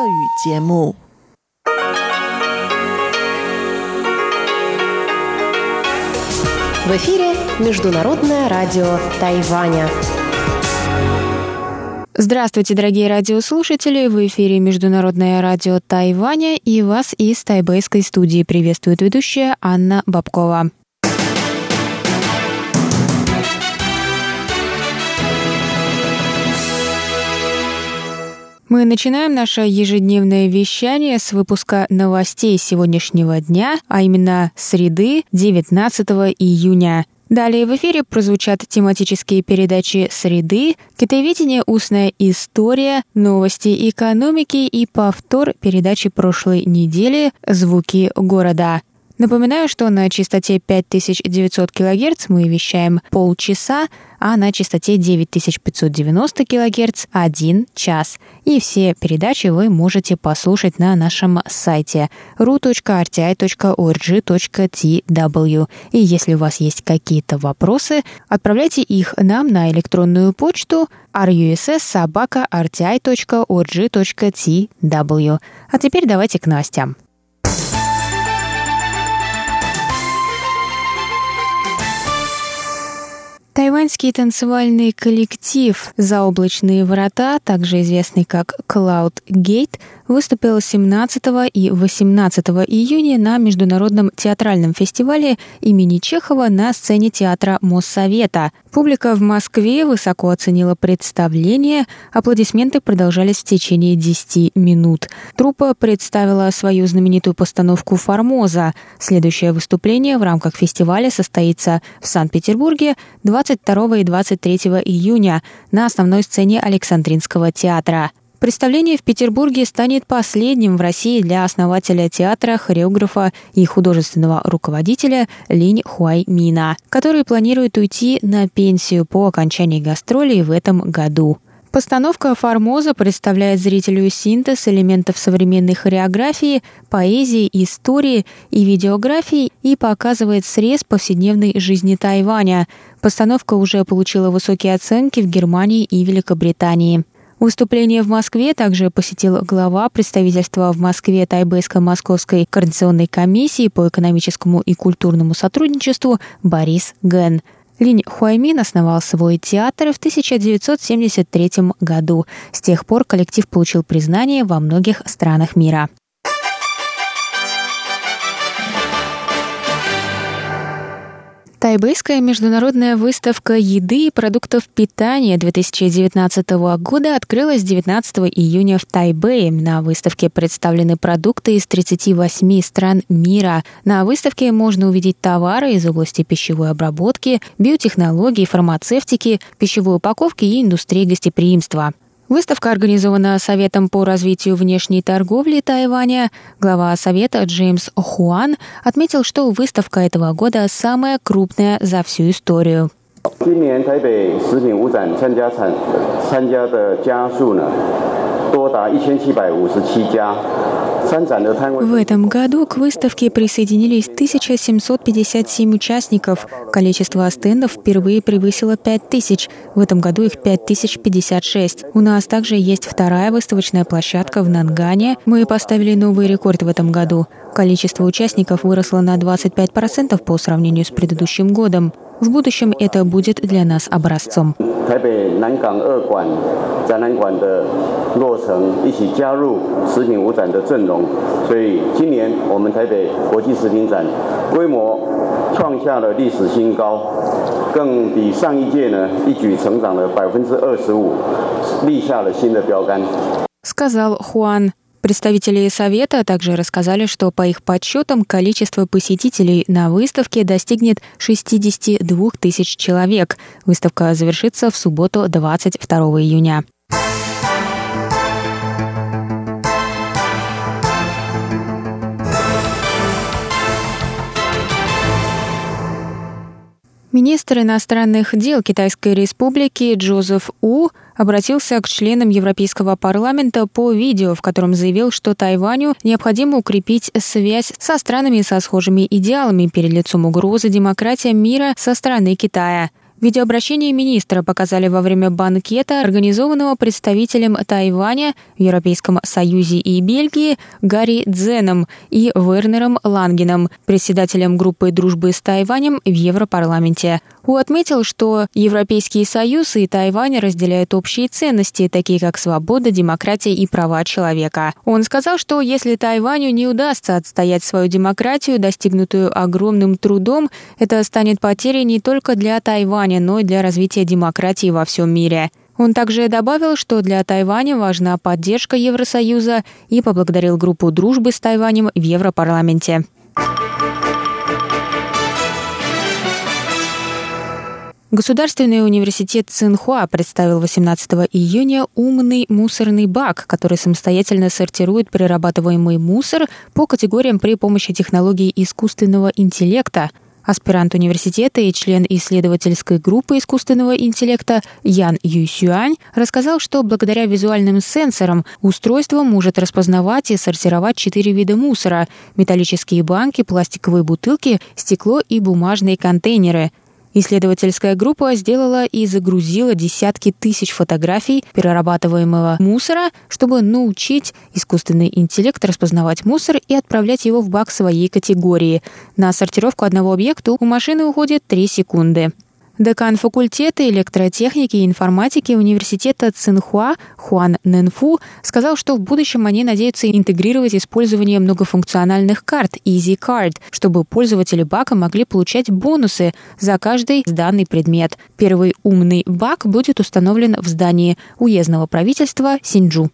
В эфире Международное радио Тайваня. Здравствуйте, дорогие радиослушатели! В эфире Международное радио Тайваня, и вас из тайбэйской студии приветствует ведущая Анна Бабкова. Мы начинаем наше ежедневное вещание с выпуска новостей сегодняшнего дня, а именно среды, 19 июня. Далее в эфире прозвучат тематические передачи «Среды», «Китаеведение. Устная история», «Новости экономики» и повтор передачи прошлой недели «Звуки города». Напоминаю, что на частоте 5900 кГц мы вещаем полчаса, а на частоте 9590 кГц – 1 час. И все передачи вы можете послушать на нашем сайте ru.rti.org.tw. И если у вас есть какие-то вопросы, отправляйте их нам на электронную почту russ@rti.org.tw. А теперь давайте к новостям. Тайваньский танцевальный коллектив «Заоблачные врата», также известный как Cloud Gate, выступил 17 и 18 июня на Международном театральном фестивале имени Чехова на сцене театра Моссовета. Публика в Москве высоко оценила представление, аплодисменты продолжались в течение 10 минут. Труппа представила свою знаменитую постановку «Формоза». Следующее выступление в рамках фестиваля состоится в Санкт-Петербурге 22 и 23 июня на основной сцене Александринского театра. Представление в Петербурге станет последним в России для основателя театра, хореографа и художественного руководителя Линь Хуаймина, который планирует уйти на пенсию по окончании гастролей в этом году. Постановка «Формоза» представляет зрителю синтез элементов современной хореографии, поэзии, истории и видеографии и показывает срез повседневной жизни Тайваня. Постановка уже получила высокие оценки в Германии и Великобритании. Выступление в Москве также посетил глава представительства в Москве Тайбэйско-Московской координационной комиссии по экономическому и культурному сотрудничеству Борис Ген. Линь Хуаймин основал свой театр в 1973 году. С тех пор коллектив получил признание во многих странах мира. Тайбэйская международная выставка еды и продуктов питания 2019 года открылась 19 июня в Тайбэе. На выставке представлены продукты из 38 стран мира. На выставке можно увидеть товары из области пищевой обработки, биотехнологий, фармацевтики, пищевой упаковки и индустрии гостеприимства. Выставка организована Советом по развитию внешней торговли Тайваня. Глава Совета Джеймс Хуан отметил, что выставка этого года самая крупная за всю историю. В этом году к выставке присоединились 1757 участников. Количество стендов впервые превысило 5000. В этом году их 5056. У нас также есть вторая выставочная площадка в Нангане. Мы поставили новый рекорд в этом году. Количество участников выросло на 25% по сравнению с предыдущим годом. В будущем это будет для нас образцом. Сказал Хуан. Представители Совета также рассказали, что по их подсчетам количество посетителей на выставке достигнет 62 тысяч человек. Выставка завершится в субботу 22 июня. Министр иностранных дел Китайской Республики Джозеф У обратился к членам Европейского парламента по видео, в котором заявил, что Тайваню необходимо укрепить связь со странами со схожими идеалами перед лицом угрозы демократии мира со стороны Китая. Видеообращение министра показали во время банкета, организованного представителем Тайваня в Европейском Союзе и Бельгии Гарри Дзеном и Вернером Лангеном, председателем группы дружбы с Тайванем в Европарламенте. Ху отметил, что Европейский Союз и Тайвань разделяют общие ценности, такие как свобода, демократия и права человека. Он сказал, что если Тайваню не удастся отстоять свою демократию, достигнутую огромным трудом, это станет потерей не только для Тайваня, но и для развития демократии во всем мире. Он также добавил, что для Тайваня важна поддержка Евросоюза и поблагодарил группу дружбы с Тайванем в Европарламенте. Государственный университет Цинхуа представил 18 июня умный мусорный бак, который самостоятельно сортирует перерабатываемый мусор по категориям при помощи технологий искусственного интеллекта. Аспирант университета и член исследовательской группы искусственного интеллекта Ян Юйсюань рассказал, что благодаря визуальным сенсорам устройство может распознавать и сортировать 4 вида мусора – металлические банки, пластиковые бутылки, стекло и бумажные контейнеры. Исследовательская группа сделала и загрузила десятки тысяч фотографий перерабатываемого мусора, чтобы научить искусственный интеллект распознавать мусор и отправлять его в бак своей категории. На сортировку одного объекта у машины уходит 3 секунды. Декан факультета электротехники и информатики университета Цинхуа Хуан Нэнфу сказал, что в будущем они надеются интегрировать использование многофункциональных карт Easy Card, чтобы пользователи бака могли получать бонусы за каждый сданный предмет. Первый умный бак будет установлен в здании уездного правительства Синьчжу.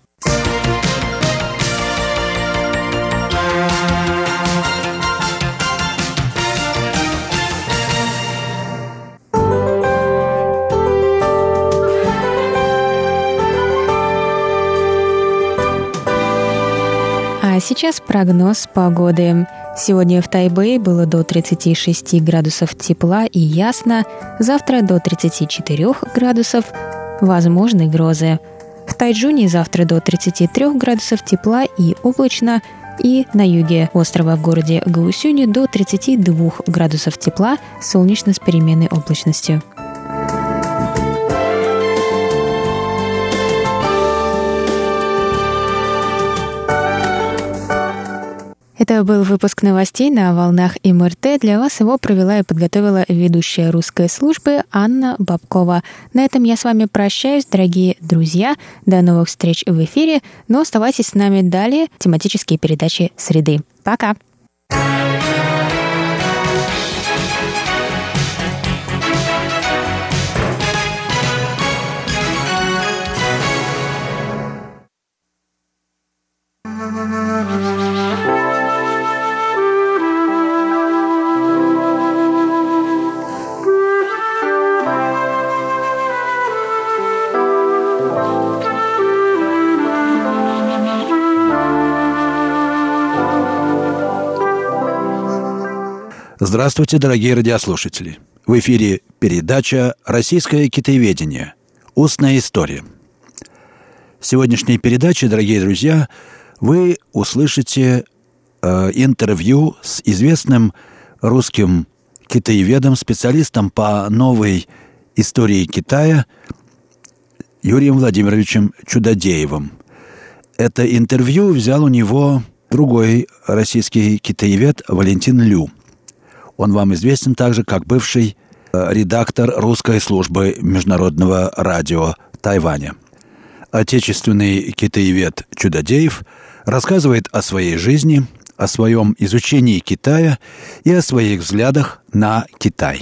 А сейчас прогноз погоды. Сегодня в Тайбэе было до 36 градусов тепла и ясно, завтра до 34 градусов, возможны грозы. В Тайчжуне завтра до 33 градусов тепла и облачно, и на юге острова в городе Гаосюне до 32 градусов тепла, солнечно с переменной облачностью. Это был выпуск новостей на волнах МРТ. Для вас его провела и подготовила ведущая русской службы Анна Бабкова. На этом я с вами прощаюсь, дорогие друзья. До новых встреч в эфире. Но оставайтесь с нами далее. Тематические передачи «Среды». Пока! Здравствуйте, дорогие радиослушатели! В эфире передача «Российское китаеведение. Устная история». В сегодняшней передаче, дорогие друзья, вы услышите интервью с известным русским китаеведом, специалистом по новой истории Китая Юрием Владимировичем Чудодеевым. Это интервью взял у него другой российский китаевед Валентин Лю. Он вам известен также как бывший редактор русской службы Международного радио Тайваня. Отечественный китаевед Чудодеев рассказывает о своей жизни, о своем изучении Китая и о своих взглядах на Китай.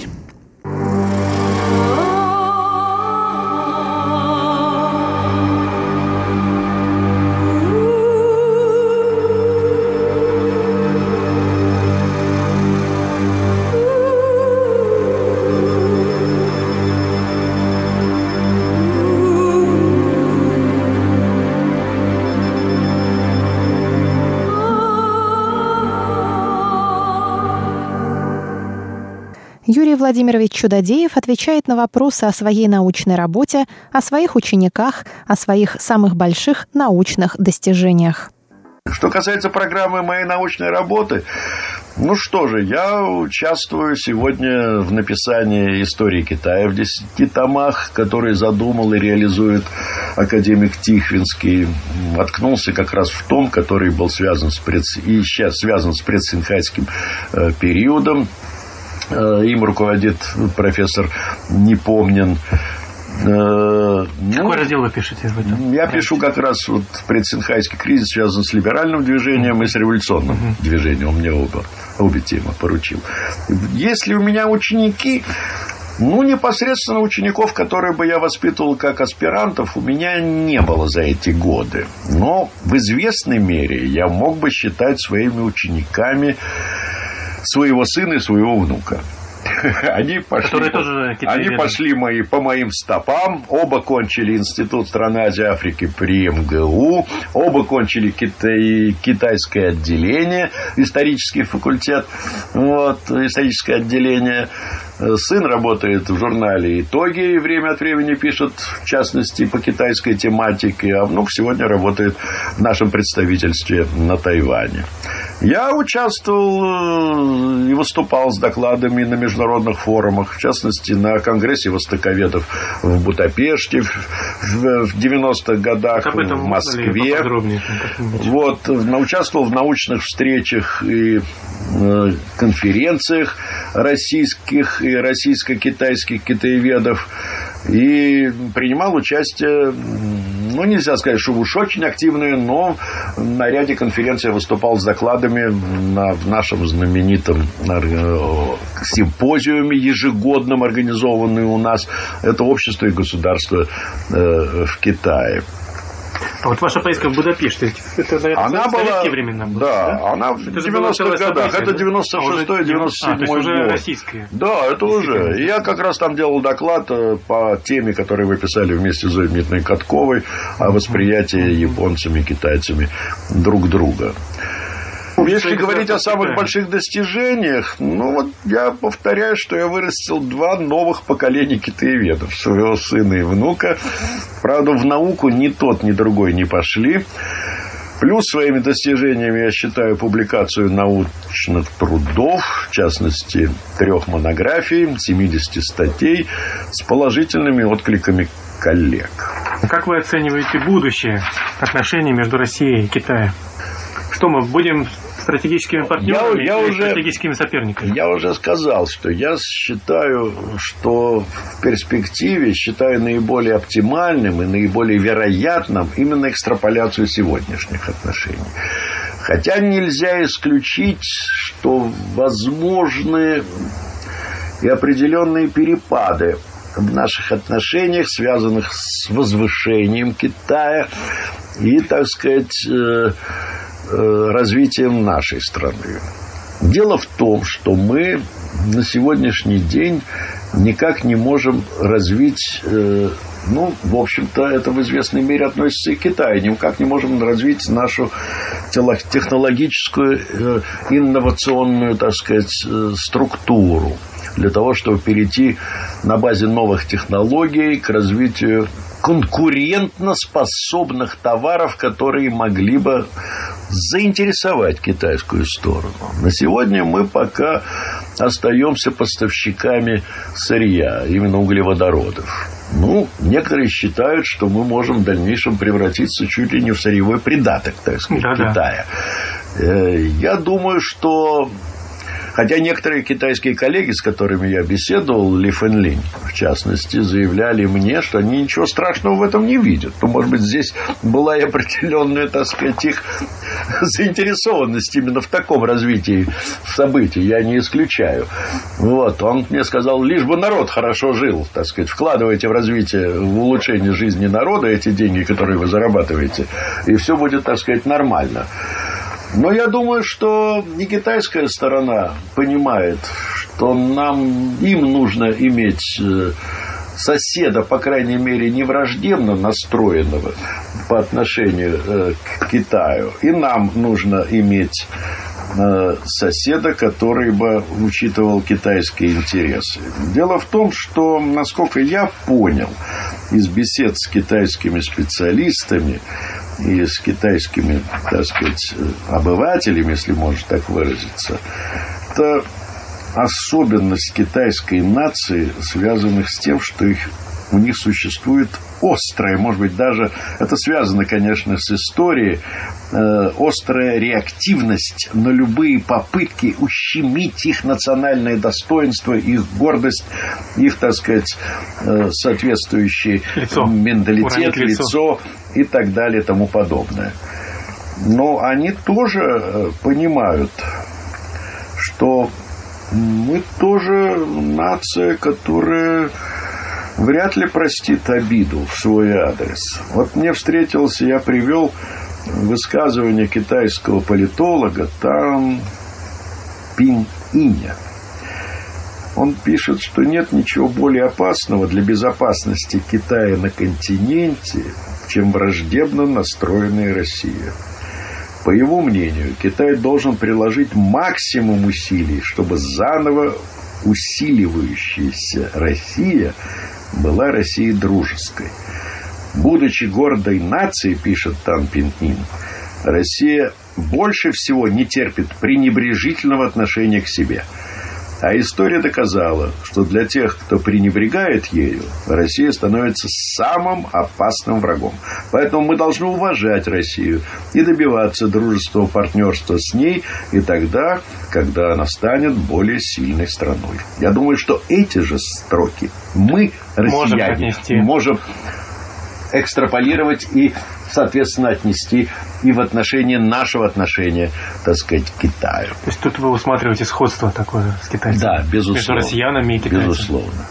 Юрий Владимирович Чудодеев отвечает на вопросы о своей научной работе, о своих учениках, о своих самых больших научных достижениях. Что касается программы моей научной работы, ну что же, я участвую сегодня в написании истории Китая в 10 томах, которые задумал и реализует академик Тихвинский. Воткнулся как раз в том, который был связан и сейчас связан с предсинхайским периодом. Им руководит профессор Непомнин. Какой раздел вы пишете в этом? Я пишу как раз предсинхайский кризис связан с либеральным движением и с революционным движением. Он мне обе темы поручил. Есть ли у меня ученики? Непосредственно учеников, которые бы я воспитывал как аспирантов, у меня не было за эти годы. Но в известной мере я мог бы считать своими учениками своего сына и своего внука. Они пошли по моим стопам. Оба кончили Институт стран Азии и Африки при МГУ. Оба кончили китайское отделение, исторический факультет, историческое отделение. Сын работает в журнале «Итоги» и время от времени пишет, в частности, по китайской тематике, а внук сегодня работает в нашем представительстве на Тайване. Я участвовал и выступал с докладами на международных форумах, в частности, на Конгрессе востоковедов в Будапеште в 90-х годах, в Москве. Участвовал в научных встречах и конференциях российских и российско-китайских китаеведов и принимал участие, нельзя сказать, что уж очень активное, но на ряде конференций выступал с докладами в нашем знаменитом симпозиуме ежегодном, организованном у нас. Это «Общество и государство в Китае». А вот ваша поездка в Будапешт, это, наверное, в советские времена была? Да, она в 90-х годах. Это 96-й, 97-й год. Уже российская. Да, это уже. Я как раз там делал доклад по теме, которую вы писали вместе с Зоей Дмитриевной Катковой, о восприятии японцами и китайцами друг друга. Если говорить о самых больших достижениях, я повторяю, что я вырастил 2 новых поколения китаеведов, своего сына и внука. Правда, в науку ни тот, ни другой не пошли. Плюс своими достижениями я считаю публикацию научных трудов, в частности, 3 монографий, 70 статей с положительными откликами коллег. Как вы оцениваете будущее отношений между Россией и Китаем? Что мы будем стратегическими партнерами или стратегическими соперниками? Я уже сказал, что я считаю, что в перспективе считаю наиболее оптимальным и наиболее вероятным именно экстраполяцию сегодняшних отношений. Хотя нельзя исключить, что возможны и определенные перепады в наших отношениях, связанных с возвышением Китая и, так сказать, развитием нашей страны. Дело в том, что мы на сегодняшний день никак не можем развить, в общем-то, это в известной мере относится и к Китаю, никак не можем развить нашу технологическую, инновационную, так сказать, структуру для того, чтобы перейти на базе новых технологий к развитию конкурентоспособных товаров, которые могли бы заинтересовать китайскую сторону. На сегодня мы пока остаемся поставщиками сырья, именно углеводородов. Некоторые считают, что мы можем в дальнейшем превратиться чуть ли не в сырьевой придаток, так сказать, Китая. Я думаю, что... Хотя некоторые китайские коллеги, с которыми я беседовал, Ли Фэнлинь, в частности, заявляли мне, что они ничего страшного в этом не видят. Может быть, здесь была и определенная, так сказать, их заинтересованность именно в таком развитии событий. Я не исключаю. Он мне сказал, лишь бы народ хорошо жил, так сказать, вкладывайте в развитие, в улучшение жизни народа эти деньги, которые вы зарабатываете, и все будет, так сказать, нормально. Но я думаю, что и китайская сторона понимает, что им нужно иметь соседа, по крайней мере, не враждебно настроенного по отношению к Китаю. И нам нужно иметь соседа, который бы учитывал китайские интересы. Дело в том, что, насколько я понял из бесед с китайскими специалистами, и с китайскими, так сказать, обывателями, если можно так выразиться, это особенность китайской нации, связанных с тем, что у них существует острая, может быть, даже это связано, конечно, с историей, острая реактивность на любые попытки ущемить их национальное достоинство, их гордость, их, так сказать, соответствующий менталитет, лицо и так далее и тому подобное. Но они тоже понимают, что мы тоже нация, которая вряд ли простит обиду в свой адрес. Вот мне встретился, я привел высказывание китайского политолога Тан Пинь-Иня. Он пишет, что нет ничего более опасного для безопасности Китая на континенте, чем враждебно настроенная Россия. По его мнению, Китай должен приложить максимум усилий, чтобы заново усиливающаяся Россия была Россией дружеской. Будучи гордой нацией, пишет Тан Пин-Ин, Россия больше всего не терпит пренебрежительного отношения к себе. А история доказала, что для тех, кто пренебрегает ею, Россия становится самым опасным врагом. Поэтому мы должны уважать Россию и добиваться дружественного партнерства с ней и тогда, когда она станет более сильной страной. Я думаю, что эти же строки мы, россияне, можем экстраполировать и, соответственно, отнести и в отношении нашего отношения, так сказать, к Китаю. То есть тут вы усматриваете сходство такое с китайцами? Да, безусловно. Между россиянами и китайцами? Безусловно.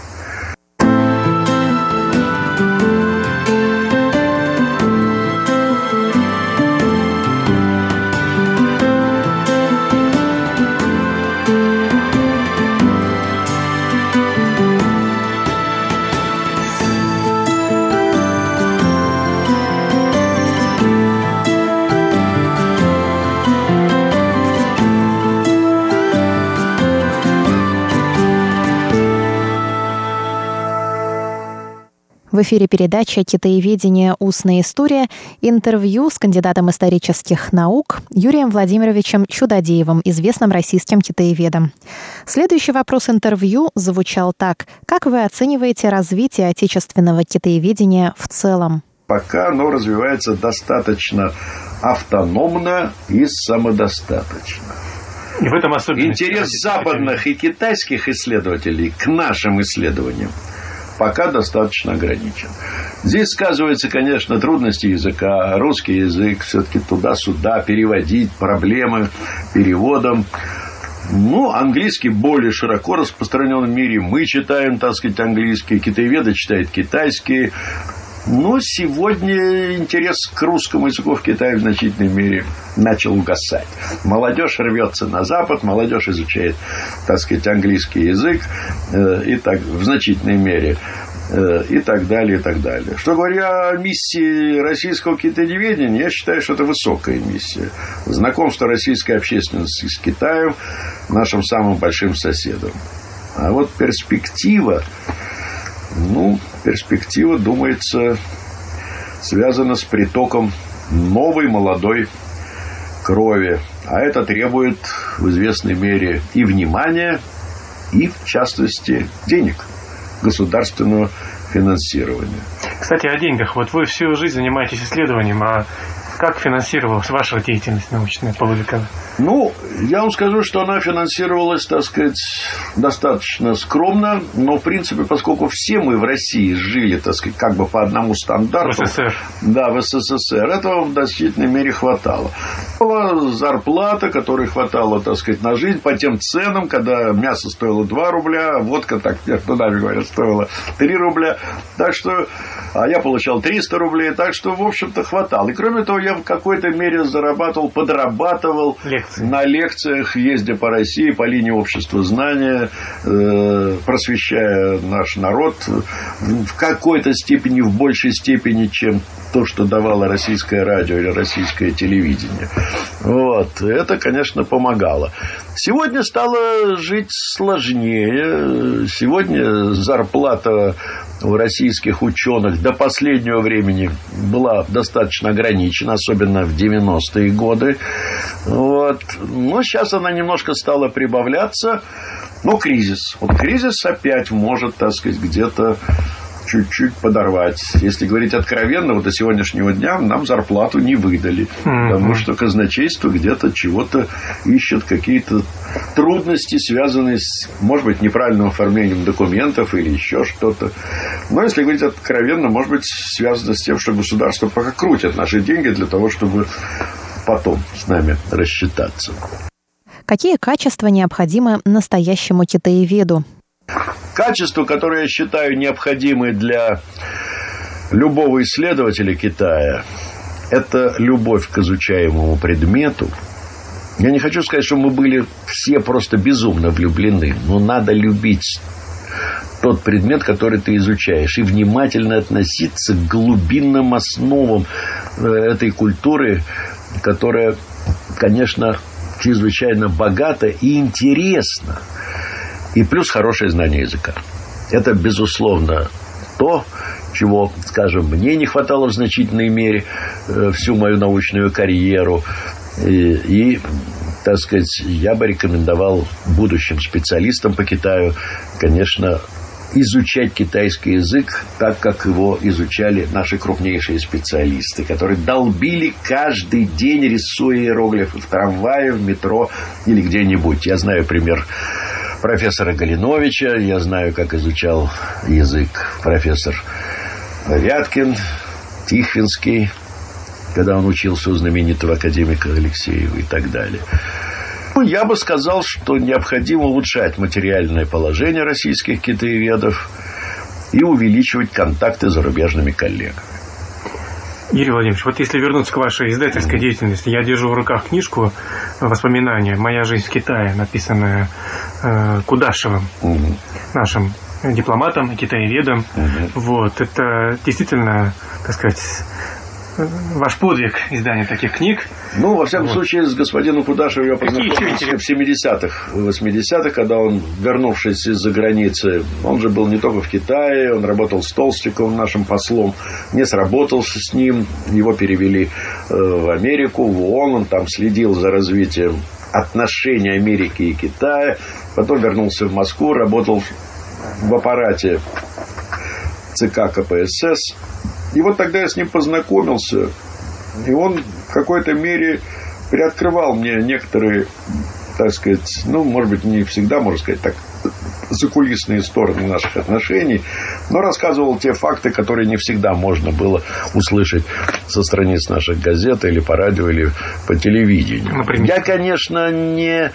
В эфире передача «Китаеведение. Устная история». Интервью с кандидатом исторических наук Юрием Владимировичем Чудодеевым, известным российским китаеведом. Следующий вопрос интервью звучал так. Как вы оцениваете развитие отечественного китаеведения в целом? Пока оно развивается достаточно автономно и самодостаточно. И в этом особенность. Интерес западных и китайских исследователей к нашим исследованиям пока достаточно ограничен. Здесь сказываются, конечно, трудности языка. Русский язык все-таки туда-сюда переводить, проблемы переводом. Английский более широко распространен в мире. Мы читаем, так сказать, английский, китаеведы читают китайский. Но сегодня интерес к русскому языку в Китае в значительной мере начал угасать. Молодежь рвется на Запад, молодежь изучает, так сказать, английский язык и так, в значительной мере. И так далее, и так далее. Что говоря о миссии российского китаеведения, я считаю, что это высокая миссия. Знакомство российской общественности с Китаем, нашим самым большим соседом. А вот перспектива, думается, связана с притоком новой молодой крови. А это требует в известной мере и внимания, и, в частности, денег, государственного финансирования. Кстати, о деньгах. Вот вы всю жизнь занимаетесь исследованием, а как финансировалась ваша деятельность научная полувековая? Я вам скажу, что она финансировалась, так сказать, достаточно скромно, но, в принципе, поскольку все мы в России жили, так сказать, как бы по одному стандарту. В СССР. Да, в СССР. Этого в значительной мере хватало. Была зарплата, которой хватало, так сказать, на жизнь по тем ценам, когда мясо стоило 2 рубля, водка, так между нами говорят, стоила 3 рубля. Так что, а я получал 300 рублей, так что, в общем-то, хватало. И, кроме того, я в какой-то мере подрабатывал на лекциях, ездя по России по линии общества знания, просвещая наш народ в какой-то степени, в большей степени, чем то, что давало российское радио или российское телевидение. Это, конечно, помогало. Сегодня стало жить сложнее. Сегодня зарплата у российских ученых до последнего времени была достаточно ограничена, особенно в 90-е годы. Вот. Но сейчас она немножко стала прибавляться. Но кризис. Вот кризис опять может, так сказать, где-то чуть-чуть подорвать. Если говорить откровенно, вот до сегодняшнего дня нам зарплату не выдали. Потому что казначейство где-то чего-то ищет, какие-то трудности, связанные с, может быть, неправильным оформлением документов или еще что-то. Но если говорить откровенно, может быть, связано с тем, что государство пока крутит наши деньги для того, чтобы потом с нами рассчитаться. Какие качества необходимы настоящему китаеведу? Качества, которые я считаю необходимы для любого исследователя Китая, это любовь к изучаемому предмету. Я не хочу сказать, что мы были все просто безумно влюблены, но надо любить тот предмет, который ты изучаешь, и внимательно относиться к глубинным основам этой культуры, которая, конечно, чрезвычайно богата и интересна. И плюс хорошее знание языка. Это, безусловно, то, чего, скажем, мне не хватало в значительной мере всю мою научную карьеру. И, так сказать, я бы рекомендовал будущим специалистам по Китаю, конечно, изучать китайский язык так, как его изучали наши крупнейшие специалисты, которые долбили каждый день, рисуя иероглифы в трамвае, в метро или где-нибудь. Я знаю пример профессора Галиновича, я знаю, как изучал язык профессор Вяткин, Тихвинский, когда он учился у знаменитого академика Алексеева и так далее. Я бы сказал, что необходимо улучшать материальное положение российских китаеведов и увеличивать контакты с зарубежными коллегами. Юрий Владимирович, вот если вернуться к вашей издательской деятельности, я держу в руках книжку «Воспоминания. Моя жизнь в Китае», написанная Кудашевым, нашим дипломатом и китаеведом. Вот, это действительно, так сказать, ваш подвиг издания таких книг. Ну, во всяком случае, с господином Кудашевым я познакомился в 70-х, 80-х, когда он, вернувшись из-за границы, он же был не только в Китае, он работал с Толстиковым, нашим послом, не сработался с ним, его перевели в Америку, в ООН, он там следил за развитием отношений Америки и Китая, потом вернулся в Москву, работал в аппарате ЦК КПСС. И вот тогда я с ним познакомился, и он в какой-то мере приоткрывал мне некоторые, так сказать, ну, может быть, не всегда, можно сказать, так, закулисные стороны наших отношений, но рассказывал те факты, которые не всегда можно было услышать со страниц наших газет или по радио, или по телевидению. Например? Я, конечно, не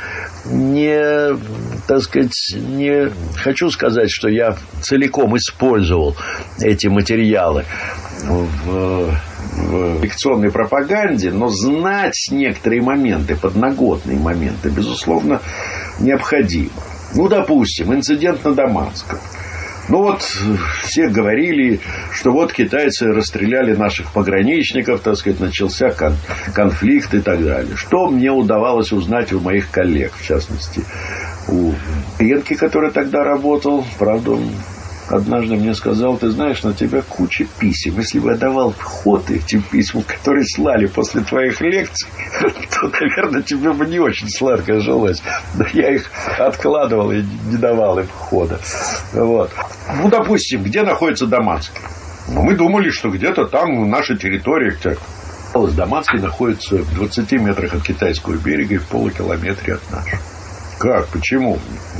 так сказать, не хочу сказать, что я целиком использовал эти материалы в лекционной пропаганде, но знать некоторые моменты, подноготные моменты, безусловно, необходимо. Ну, допустим, инцидент на Даманском. Ну, вот все говорили, что вот китайцы расстреляли наших пограничников, так сказать, начался конфликт и так далее. Что мне удавалось узнать у моих коллег, в частности, у Ленки, который тогда работал, правда, он однажды мне сказал: ты знаешь, на тебя куча писем. Если бы я давал ход этим письмам, которые слали после твоих лекций, то, наверное, тебе бы не очень сладко жилось. Но я их откладывал и не давал им хода. Вот. Ну, допустим, где находится Даманский? Ну, мы думали, что где-то там, в нашей территории. Даманский находится в 20 метрах от китайского берега и в полукилометре от нашего. Как? Почему?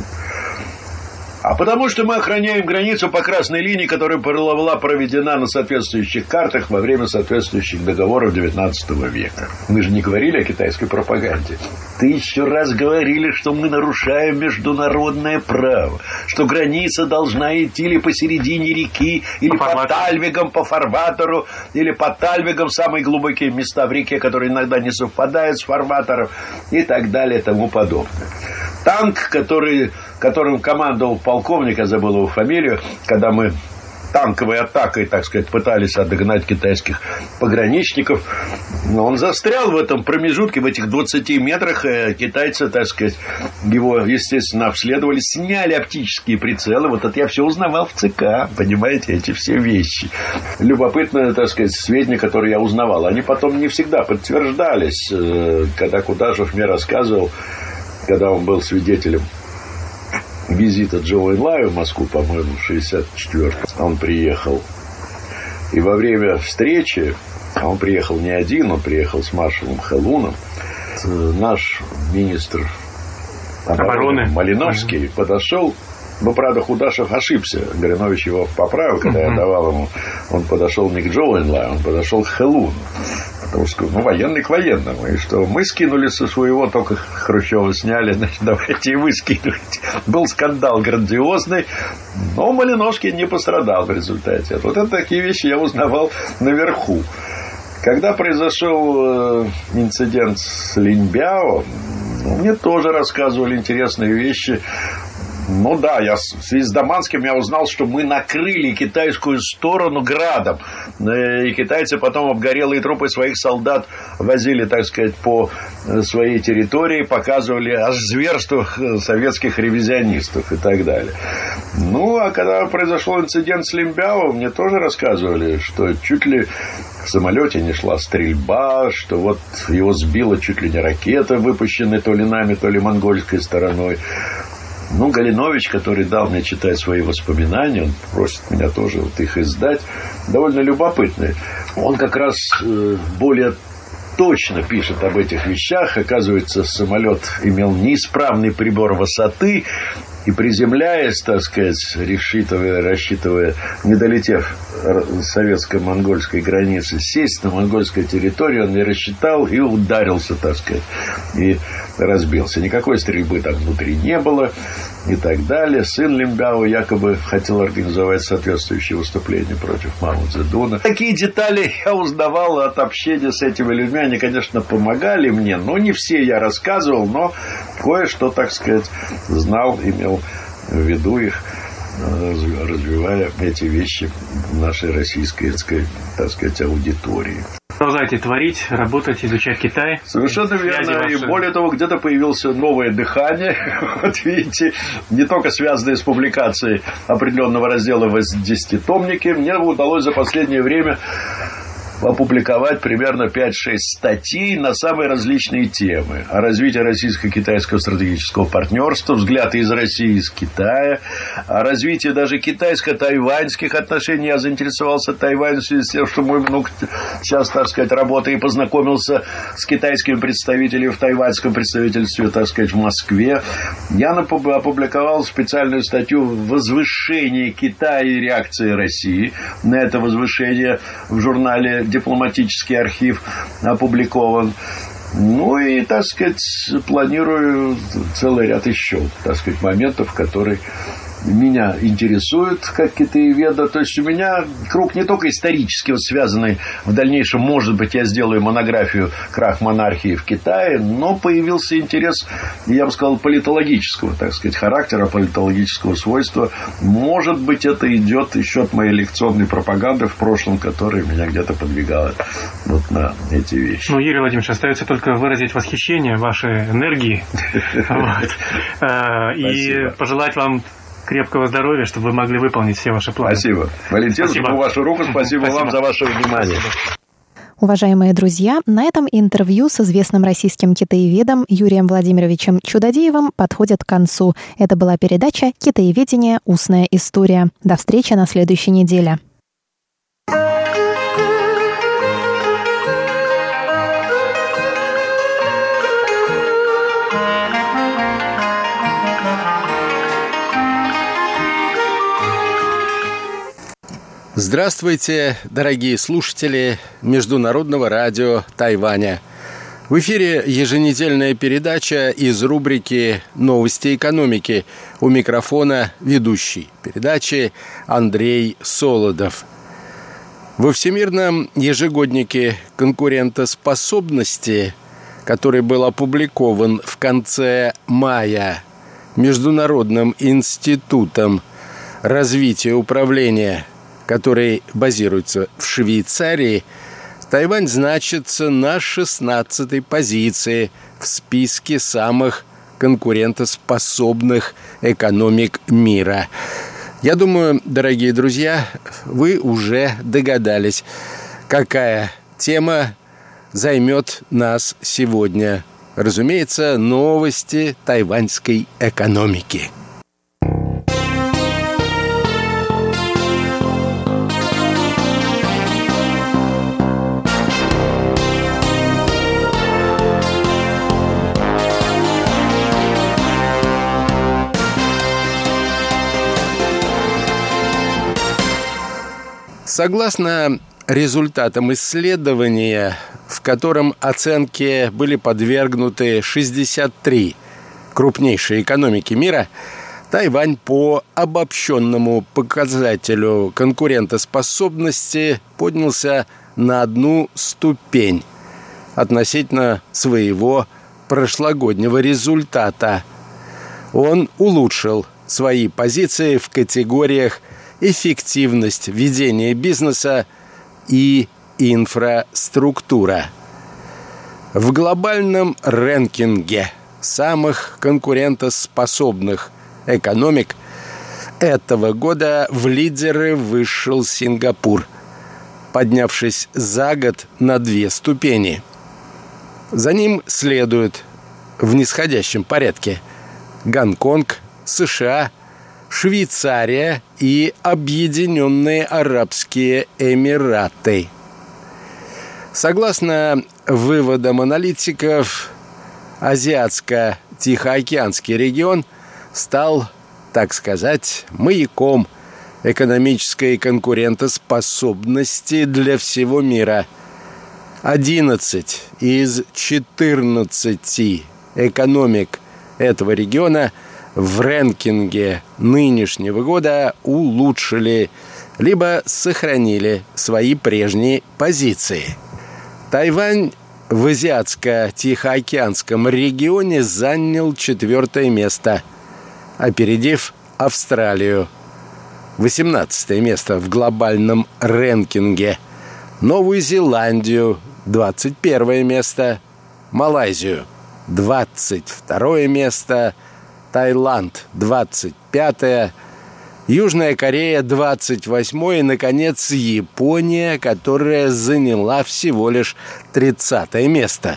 А потому что мы охраняем границу по красной линии, которая была проведена на соответствующих картах во время соответствующих договоров XIX века. Мы же не говорили о китайской пропаганде. Тысячу раз говорили, что мы нарушаем международное право, что граница должна идти или посередине реки, или по тальвигам, по фарватеру, или по тальвигам, самые глубокие места в реке, которые иногда не совпадают с фарватером, и так далее, и тому подобное. Танк, которым командовал полковник, я забыл его фамилию, когда мы танковой атакой, так сказать, пытались отогнать китайских пограничников. Но он застрял в этом промежутке, в этих 20 метрах. Китайцы, так сказать, его, естественно, обследовали, сняли оптические прицелы. Вот это я все узнавал в ЦК, понимаете, эти все вещи. Любопытные, так сказать, сведения, которые я узнавал. Они потом не всегда подтверждались. Когда Кудашев мне рассказывал, когда он был свидетелем визита Чжоу Энлая в Москву, по-моему, в 1964-м, он приехал. И во время встречи, а он приехал не один, он приехал с маршалом Хэлуном, наш министр обороны Малиновский подошел. Но, правда, Кудашев ошибся. Горинович его поправил, когда я давал ему. Он подошел не к Чжоу Энлаю, он подошел к Хэлуну. Потому что, военный к военному. И что мы скинули со своего, только Хрущева сняли, значит, давайте и вы скидывайте. Был скандал грандиозный, но Малиновский не пострадал в результате. Вот это такие вещи я узнавал наверху. Когда произошел инцидент с Линьбяо, мне тоже рассказывали интересные вещи. Ну да, в связи с Даманским я узнал, что мы накрыли китайскую сторону градом. И китайцы потом обгорелые трупы своих солдат возили, так сказать, по своей территории, показывали о зверствах советских ревизионистов и так далее. Ну, а когда произошел инцидент с Линьбяо, мне тоже рассказывали, что чуть ли в самолете не шла стрельба, что вот его сбила чуть ли не ракета, выпущенная то ли нами, то ли монгольской стороной. Ну, Галинович, который дал мне читать свои воспоминания, он просит меня тоже вот их издать, довольно любопытные. Он как раз более точно пишет об этих вещах. Оказывается, самолет имел неисправный прибор высоты, и приземляясь, так сказать, рассчитывая, не долетев советско-монгольской границы, сесть на монгольской территории, он не рассчитал и ударился, так сказать, и разбился. Никакой стрельбы там внутри не было и так далее. Сын Линьбяо якобы хотел организовать соответствующее выступление против Мао Цзэдуна. Такие детали я узнавал от общения с этими людьми. Они, конечно, помогали мне, но не все я рассказывал, но кое-что, так сказать, знал, имел в виду их, развивая эти вещи в нашей российской, так сказать, аудитории. Продолжайте творить, работать, изучать Китай. Совершенно верно. И более того, где-то появилось новое дыхание. Вот видите, не только связанное с публикацией определенного раздела в 10-томнике. Мне удалось за последнее время опубликовать примерно 5-6 статей на самые различные темы. О развитии российско-китайского стратегического партнерства, взгляды из России и из Китая, о развитии даже китайско-тайваньских отношений. Я заинтересовался Тайванем в связи с тем, что мой внук сейчас, так сказать, работает и познакомился с китайскими представителями в тайваньском представительстве, так сказать, в Москве. Я опубликовал специальную статью «Возвышение Китая и реакции России». На это возвышение в журнале «Дипломатический архив» опубликован. Ну и, так сказать, планирую целый ряд еще, так сказать, моментов, которые меня интересуют как китаеведа. То есть у меня круг не только исторически вот связанный, в дальнейшем, может быть, я сделаю монографию «Крах монархии в Китае», но появился интерес, я бы сказал, политологического, так сказать, характера, политологического свойства. Может быть, это идет еще от моей лекционной пропаганды в прошлом, которая меня где-то подвигала вот на эти вещи. Ну, Юрий Владимирович, остается только выразить восхищение вашей энергии и пожелать вам крепкого здоровья, чтобы вы могли выполнить все ваши планы. Спасибо. Валентин, за вашу руку. Спасибо вам за ваше внимание. Уважаемые друзья, на этом интервью с известным российским китаеведом Юрием Владимировичем Чудодеевым подходит к концу. Это была передача «Китаеведение. Устная история». До встречи на следующей неделе. Здравствуйте, дорогие слушатели Международного радио Тайваня. В эфире еженедельная передача из рубрики «Новости экономики». У микрофона ведущий передачи Андрей Солодов. Во Всемирном ежегоднике конкурентоспособности, который был опубликован в конце мая Международным институтом развития управления который базируется в Швейцарии, Тайвань значится на 16-й позиции в списке самых конкурентоспособных экономик мира. Я думаю, дорогие друзья, вы уже догадались, какая тема займет нас сегодня. Разумеется, новости тайваньской экономики. Согласно результатам исследования, в котором оценке были подвергнуты 63 крупнейшие экономики мира, Тайвань по обобщенному показателю конкурентоспособности поднялся на одну ступень относительно своего прошлогоднего результата. Он улучшил свои позиции в категориях эффективность ведения бизнеса и инфраструктура. В глобальном рэнкинге самых конкурентоспособных экономик этого года в лидеры вышел Сингапур, поднявшись за год на 2 ступени. За ним следуют в нисходящем порядке Гонконг, США, Швейцария и Объединенные Арабские Эмираты. Согласно выводам аналитиков, Азиатско-Тихоокеанский регион стал, так сказать, маяком экономической конкурентоспособности для всего мира. 11 из 14 экономик этого региона в рэнкинге нынешнего года улучшили либо сохранили свои прежние позиции. Тайвань в Азиатско-Тихоокеанском регионе занял 4-е место, опередив Австралию. 18-е место в глобальном рэнкинге. Новую Зеландию 21-е место, Малайзию 22-е место, Таиланд 25-е, Южная Корея 28-е и, наконец, Япония, которая заняла всего лишь 30-е место.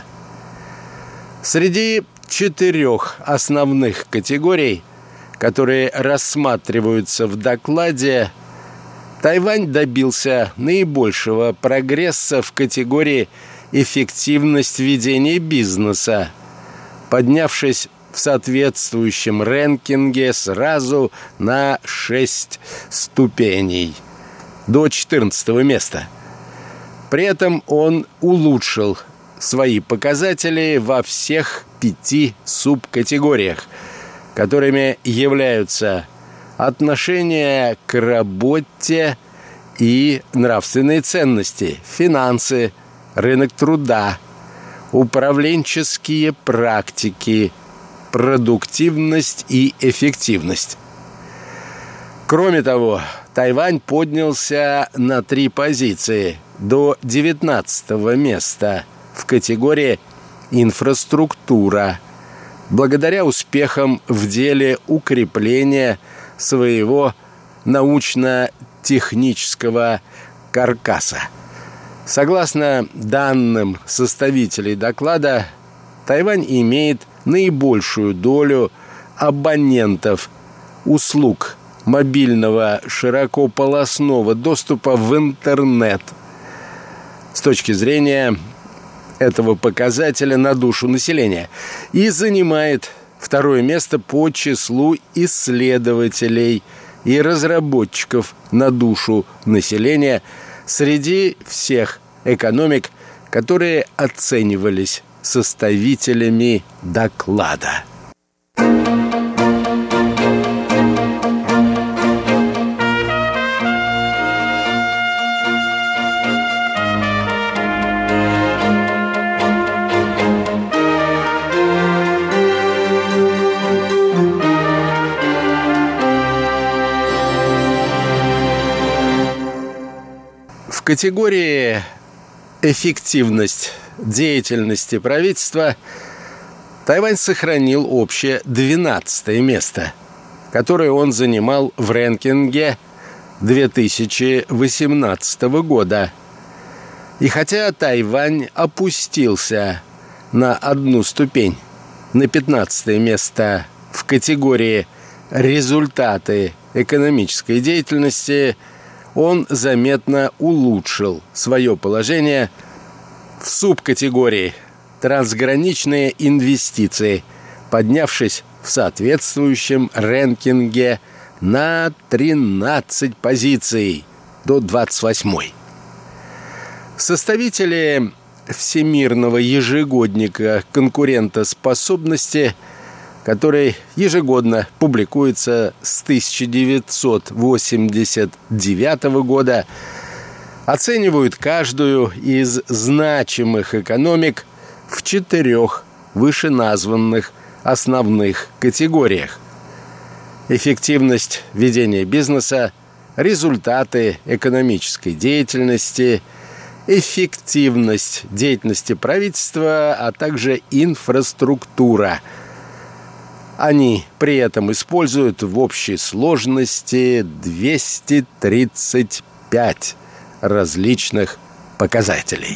Среди 4 основных категорий, которые рассматриваются в докладе, Тайвань добился наибольшего прогресса в категории «эффективность ведения бизнеса», поднявшись в соответствующем рэнкинге сразу на 6 ступеней, до 14-го места. При этом он улучшил свои показатели во всех 5 субкатегориях, которыми являются отношение к работе и нравственные ценности, финансы, рынок труда, управленческие практики, продуктивность и эффективность. Кроме того, Тайвань поднялся на 3 позиции до 19-го места в категории «Инфраструктура», благодаря успехам в деле укрепления своего научно-технического каркаса. Согласно данным составителей доклада, Тайвань имеет наибольшую долю абонентов услуг мобильного широкополосного доступа в интернет. С точки зрения этого показателя на душу населения и занимает 2-е место по числу исследователей и разработчиков на душу населения среди всех экономик, которые оценивались составителями доклада. В категории «Эффективность деятельности правительства» Тайвань сохранил общее 12-е место, которое он занимал в рэнкинге 2018 года. И хотя Тайвань опустился на одну ступень, на 15-е место в категории «Результаты экономической деятельности», он заметно улучшил свое положение в субкатегории «Трансграничные инвестиции», поднявшись в соответствующем рэнкинге на 13 позиций до 28-й. Составители Всемирного ежегодника конкурентоспособности, который ежегодно публикуется с 1989 года, оценивают каждую из значимых экономик в 4 вышеназванных основных категориях: эффективность ведения бизнеса, результаты экономической деятельности, эффективность деятельности правительства, а также инфраструктура. Они при этом используют в общей сложности 235 различных показателей.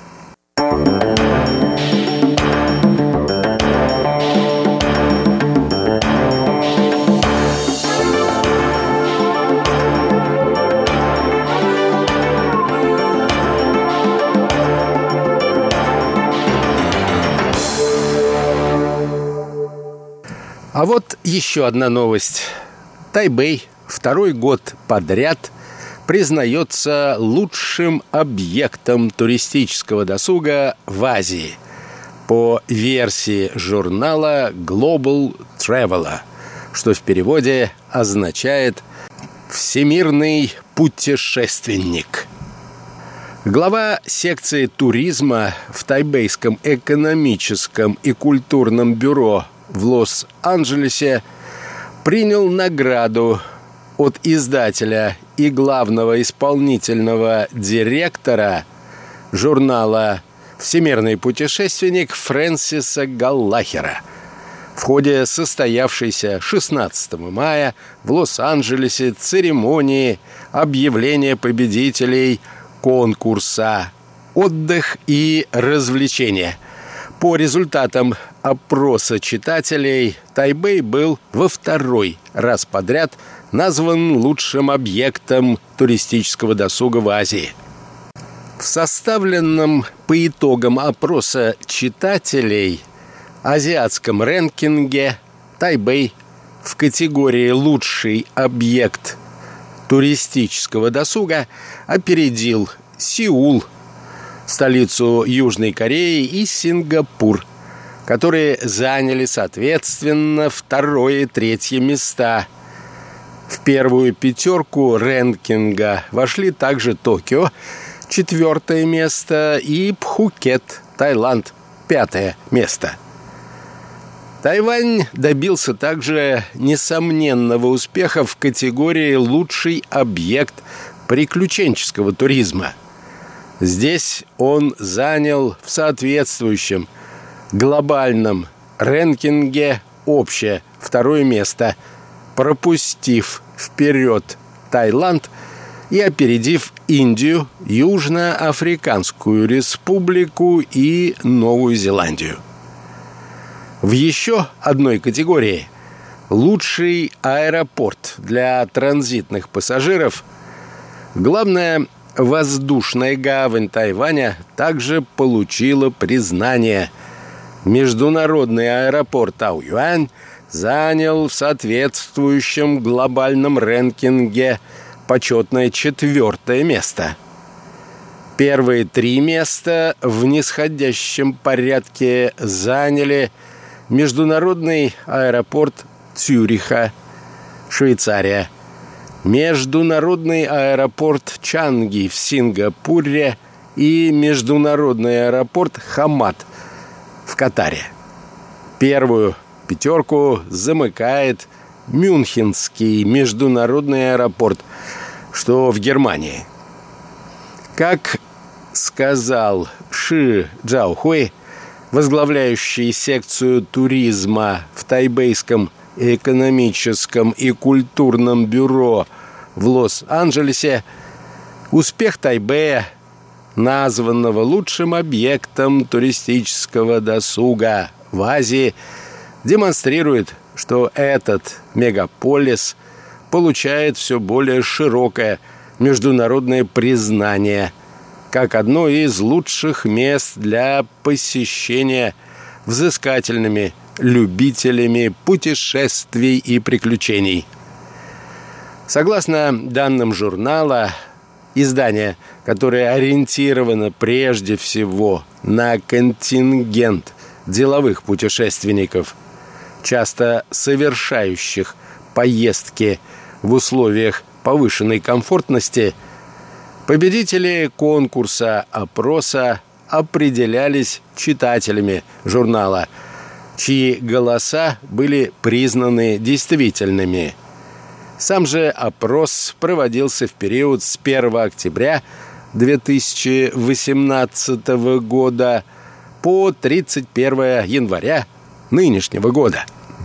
А вот еще одна новость. Тайбэй второй год подряд признается лучшим объектом туристического досуга в Азии по версии журнала Global Traveler, что в переводе означает «всемирный путешественник». Глава секции туризма в Тайбэйском экономическом и культурном бюро в Лос-Анджелесе принял награду от издателя и главного исполнительного директора журнала «Всемирный путешественник» Фрэнсиса Галлахера в ходе состоявшейся 16 мая в Лос-Анджелесе церемонии объявления победителей конкурса «Отдых и развлечения». По результатам опроса читателей, Тайбэй был во второй раз подряд назван лучшим объектом туристического досуга в Азии. В составленном по итогам опроса читателей азиатском рэнкинге Тайбэй в категории «Лучший объект туристического досуга» опередил Сеул, столицу Южной Кореи, и Сингапур, которые заняли, соответственно, 2-е и 3-е места. В первую 5 рэнкинга вошли также Токио, 4-е место, и Пхукет, Таиланд, 5-е место. Тайвань добился также несомненного успеха в категории «Лучший объект приключенческого туризма». Здесь он занял в соответствующем глобальном рэнкинге общее 2-е место, пропустив вперед Таиланд и опередив Индию, Южноафриканскую республику и Новую Зеландию. В еще одной категории «Лучший аэропорт для транзитных пассажиров» главная воздушная гавань Тайваня также получила признание. Международный аэропорт Таоюань занял в соответствующем глобальном рэнкинге почетное 4-е место. Первые 3 места в нисходящем порядке заняли Международный аэропорт Цюриха, Швейцария, Международный аэропорт Чанги в Сингапуре и Международный аэропорт Хамад в Катаре. Первую 5 замыкает Мюнхенский международный аэропорт, что в Германии. Как сказал Ши Джаохуэй, возглавляющий секцию туризма в Тайбэйском экономическом и культурном бюро в Лос-Анджелесе, успех Тайбэя, названного лучшим объектом туристического досуга в Азии, демонстрирует, что этот мегаполис получает все более широкое международное признание как одно из лучших мест для посещения взыскательными любителями путешествий и приключений. Согласно данным журнала, издание, которое ориентировано прежде всего на контингент деловых путешественников, часто совершающих поездки в условиях повышенной комфортности, победители конкурса-опроса определялись читателями журнала, чьи голоса были признаны действительными. Сам же опрос проводился в период с 1 октября 2018 года по 31 января нынешнего года.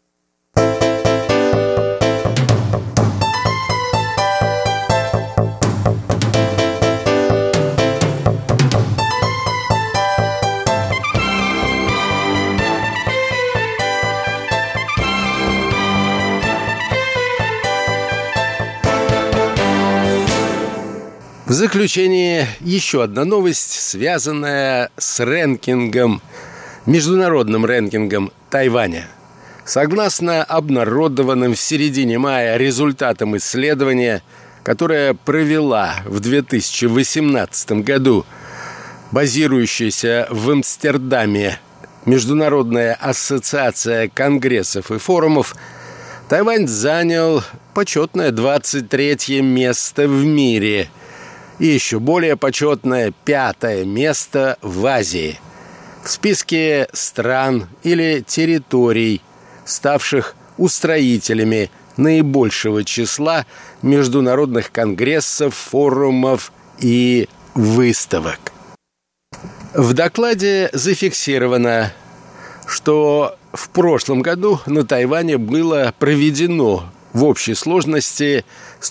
В заключение еще одна новость, связанная с рэнкингом, международным рэнкингом Тайваня. Согласно обнародованным в середине мая результатам исследования, которое провела в 2018 году базирующаяся в Амстердаме Международная ассоциация конгрессов и форумов, Тайвань занял почетное 23-е место в мире и еще более почетное 5-е место в Азии в списке стран или территорий, ставших устроителями наибольшего числа международных конгрессов, форумов и выставок. В докладе зафиксировано, что в прошлом году на Тайване было проведено в общей сложности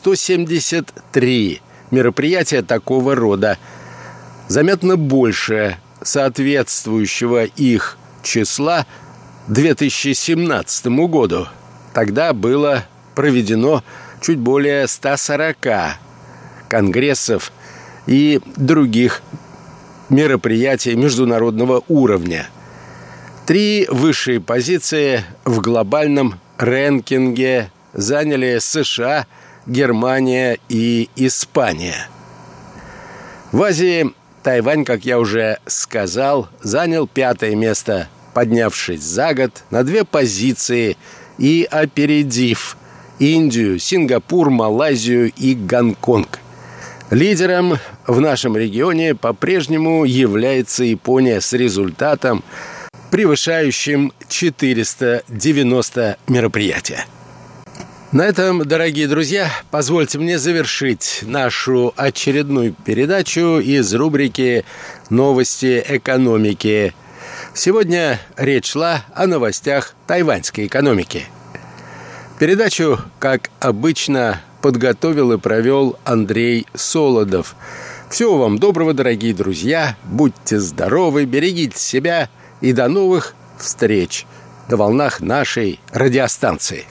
173 мероприятия такого рода, заметно больше соответствующего их числа 2017 году. Тогда было проведено чуть более 140 конгрессов и других мероприятий международного уровня. 3 высшие позиции в глобальном рэнкинге заняли США, Германия и Испания. В Азии Тайвань, как я уже сказал, занял 5-е место, поднявшись за год на 2 позиции и опередив Индию, Сингапур, Малайзию и Гонконг. Лидером в нашем регионе по-прежнему является Япония с результатом, превышающим 490 мероприятия. На этом, дорогие друзья, позвольте мне завершить нашу очередную передачу из рубрики «Новости экономики». Сегодня речь шла о новостях тайваньской экономики. Передачу, как обычно, подготовил и провел Андрей Солодов. Всего вам доброго, дорогие друзья. Будьте здоровы, берегите себя и до новых встреч на волнах нашей радиостанции.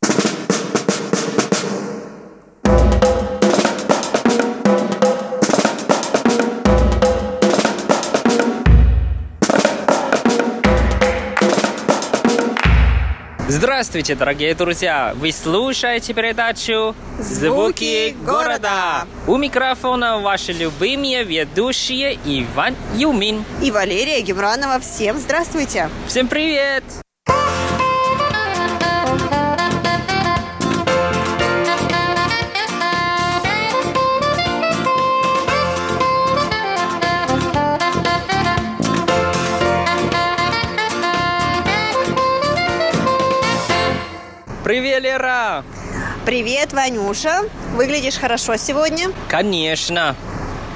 Здравствуйте, дорогие друзья! Вы слушаете передачу «Звуки города». У микрофона ваши любимые ведущие Иван Юмин и Валерия Гемранова. Всем здравствуйте! Всем привет! Привет, Лера! Привет, Ванюша! Выглядишь хорошо сегодня? Конечно!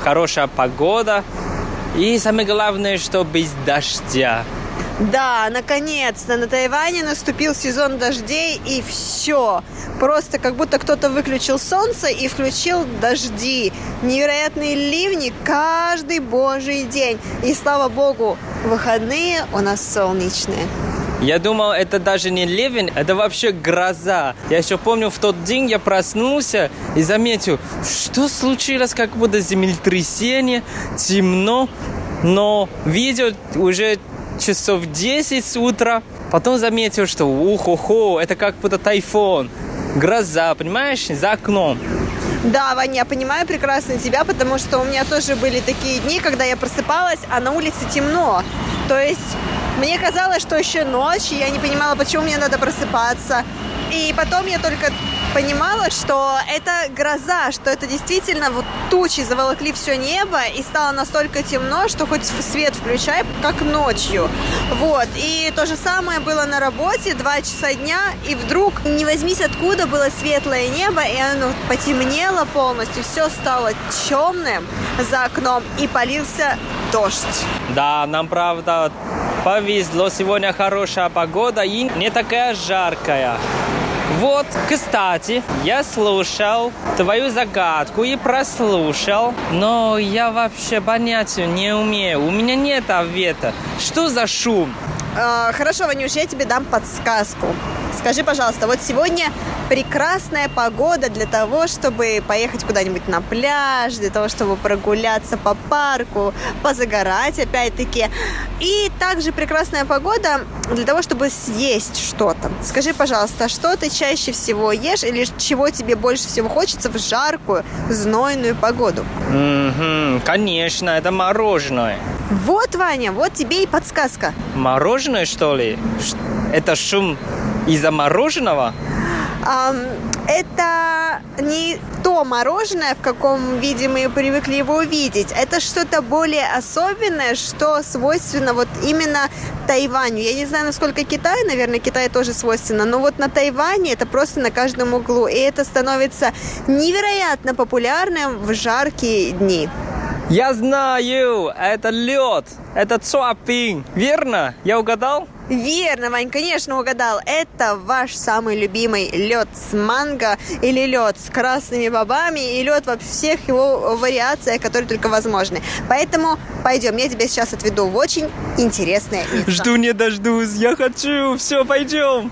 хорошая погода. И самое главное, что без дождя. Да, наконец-то на Тайване наступил сезон дождей, и все. Просто как будто кто-то выключил солнце и включил дожди. Невероятные ливни каждый божий день. И слава богу, выходные у нас солнечные. Я думал, это даже не ливень, это вообще гроза. Я еще помню, в тот день я проснулся и заметил, что случилось, как будто землетрясение, темно. Но видел уже часов 10 с утра. Потом заметил, что это как будто тайфун. Гроза, понимаешь, за окном. Да, Ваня, я понимаю прекрасно тебя, потому что у меня тоже были такие дни, когда я просыпалась, а на улице темно. То есть мне казалось, что еще ночь, и я не понимала, почему мне надо просыпаться. И потом я только понимала, что это гроза, что это действительно вот тучи заволокли все небо, и стало настолько темно, что хоть свет включай, как ночью. Вот. И то же самое было на работе, 2 часа дня, и вдруг, не возьмись откуда, было светлое небо, и оно потемнело полностью, все стало темным за окном, и полился дождь. Да, нам, правда, повезло. Сегодня хорошая погода и не такая жаркая. Вот, кстати, я слушал твою загадку и прослушал, но я вообще понятия не умею. У меня нет ответа. Что за шум? Хорошо, Ванюш, я тебе дам подсказку. Скажи, пожалуйста, вот сегодня прекрасная погода для того, чтобы поехать куда-нибудь на пляж, для того, чтобы прогуляться по парку, позагорать опять-таки. И также прекрасная погода для того, чтобы съесть что-то. Скажи, пожалуйста, что ты чаще всего ешь или чего тебе больше всего хочется в жаркую, знойную погоду? Конечно, это мороженое. Вот, Ваня, вот тебе и подсказка. Мороженое, что ли? Это шум из-за мороженого? Это не то мороженое, в каком виде мы привыкли его увидеть. Это что-то более особенное, что свойственно вот именно Тайваню. Я не знаю, насколько Китаю, наверное, Китаю тоже свойственно, но вот на Тайване это просто на каждом углу. И это становится невероятно популярным в жаркие дни. Я знаю, это лед, это цуапинь, верно? Я угадал? Верно, Вань, конечно, угадал. Это ваш самый любимый лед с манго или лед с красными бобами и лед во всех его вариациях, которые только возможны. Поэтому пойдем, я тебя сейчас отведу в очень интересное место. Жду не дождусь, я хочу, все, пойдем.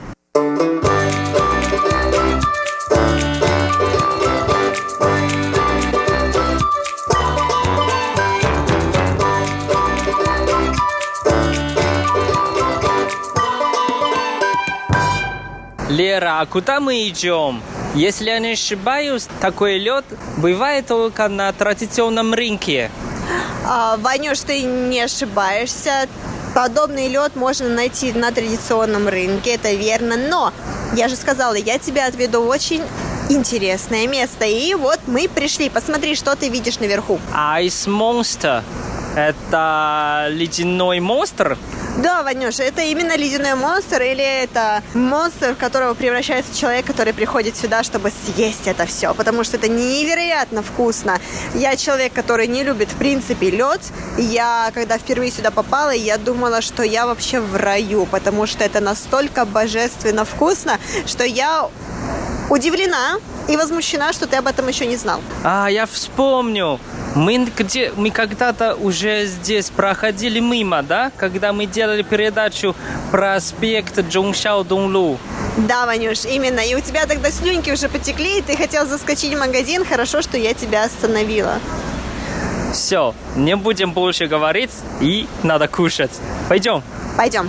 Лера, а куда мы идем? Если я не ошибаюсь, такой лед бывает только на традиционном рынке. Ванюш, ты не ошибаешься. Подобный лед можно найти на традиционном рынке, это верно. Но, я же сказала, я тебя отведу в очень интересное место. И вот мы пришли. Посмотри, что ты видишь наверху. Ice Monster. Это ледяной монстр? Да, Ванюша, это именно ледяной монстр, или это монстр, в которого превращается человек, который приходит сюда, чтобы съесть это все, потому что это невероятно вкусно. Я человек, который не любит, в принципе, лед. Я, когда впервые сюда попала, я думала, что я вообще в раю, потому что это настолько божественно вкусно, что я удивлена и возмущена, что ты об этом еще не знал. Я вспомнил. Мы когда-то уже здесь проходили мимо, да? Когда мы делали передачу «Проспект Чжоngsяодонглу». Да, Ванюш, именно. И у тебя тогда слюнки уже потекли, и ты хотел заскочить в магазин. Хорошо, что я тебя остановила. Все, не будем больше говорить, и надо кушать. Пойдем. Пойдем.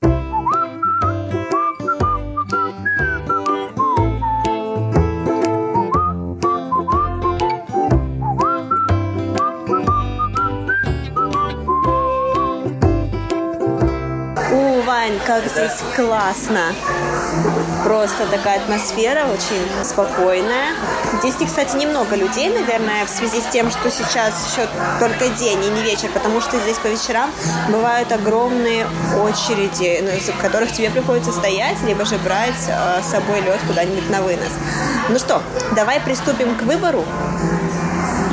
Как здесь классно. Просто такая атмосфера очень спокойная. Здесь, кстати, немного людей, наверное, в связи с тем, что сейчас еще только день и не вечер, потому что здесь по вечерам бывают огромные очереди, в которых тебе приходится стоять, либо же брать с собой лед куда-нибудь на вынос. Ну что, давай приступим к выбору.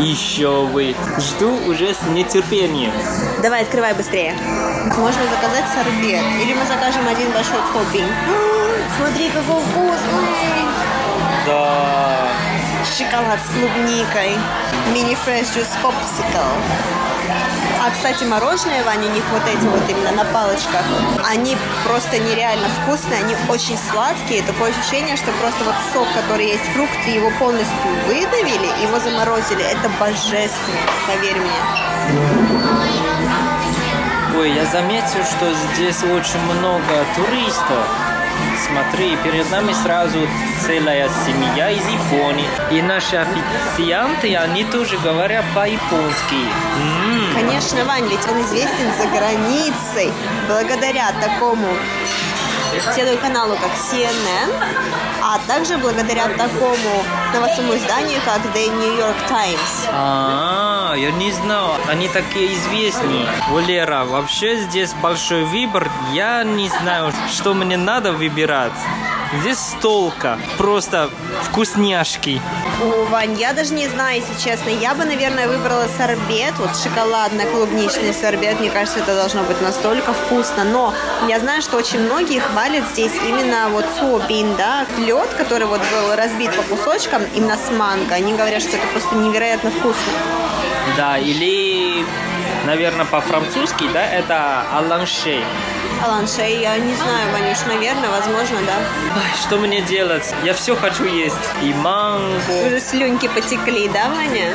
Еще вы. Жду уже с нетерпением. Давай, открывай быстрее. Можно заказать сорбет. Или мы закажем один большой цхобинг. Смотри, какой вкусный. Да. Шоколад с клубникой. Мини-фреш джус попсикл. А, кстати, мороженое, Ваня, у них вот эти вот именно на палочках, они просто нереально вкусные, они очень сладкие. Такое ощущение, что просто вот сок, который есть в фрукте, его полностью выдавили, его заморозили. Это божественно, поверь мне. Ой, я заметил, что здесь очень много туристов. Смотри, перед нами сразу целая семья из Японии. И наши официанты, они тоже говорят по-японски. Конечно, Вань, ведь он известен за границей. Благодаря такому телеканалу, как CNN, а также благодаря такому новостному изданию, как The New York Times. Я не знал, они такие известные. Валера, вообще здесь большой выбор. Я не знаю, что мне надо выбирать. Здесь столько, просто вкусняшки. О, Вань, я даже не знаю, если честно. Я бы, наверное, выбрала сорбет, вот шоколадно-клубничный сорбет. Мне кажется, это должно быть настолько вкусно. Но я знаю, что очень многие хвалят здесь именно вот цуобин, да, лед, который вот был разбит по кусочкам, именно с манго. Они говорят, что это просто невероятно вкусно. Да, или, наверное, по-французски, да, это аланше. Аланше, я не знаю, Ванюш, наверное, возможно, да. Ой, что мне делать? Я все хочу есть. И манго. Уже слюнки потекли, да, Ваня?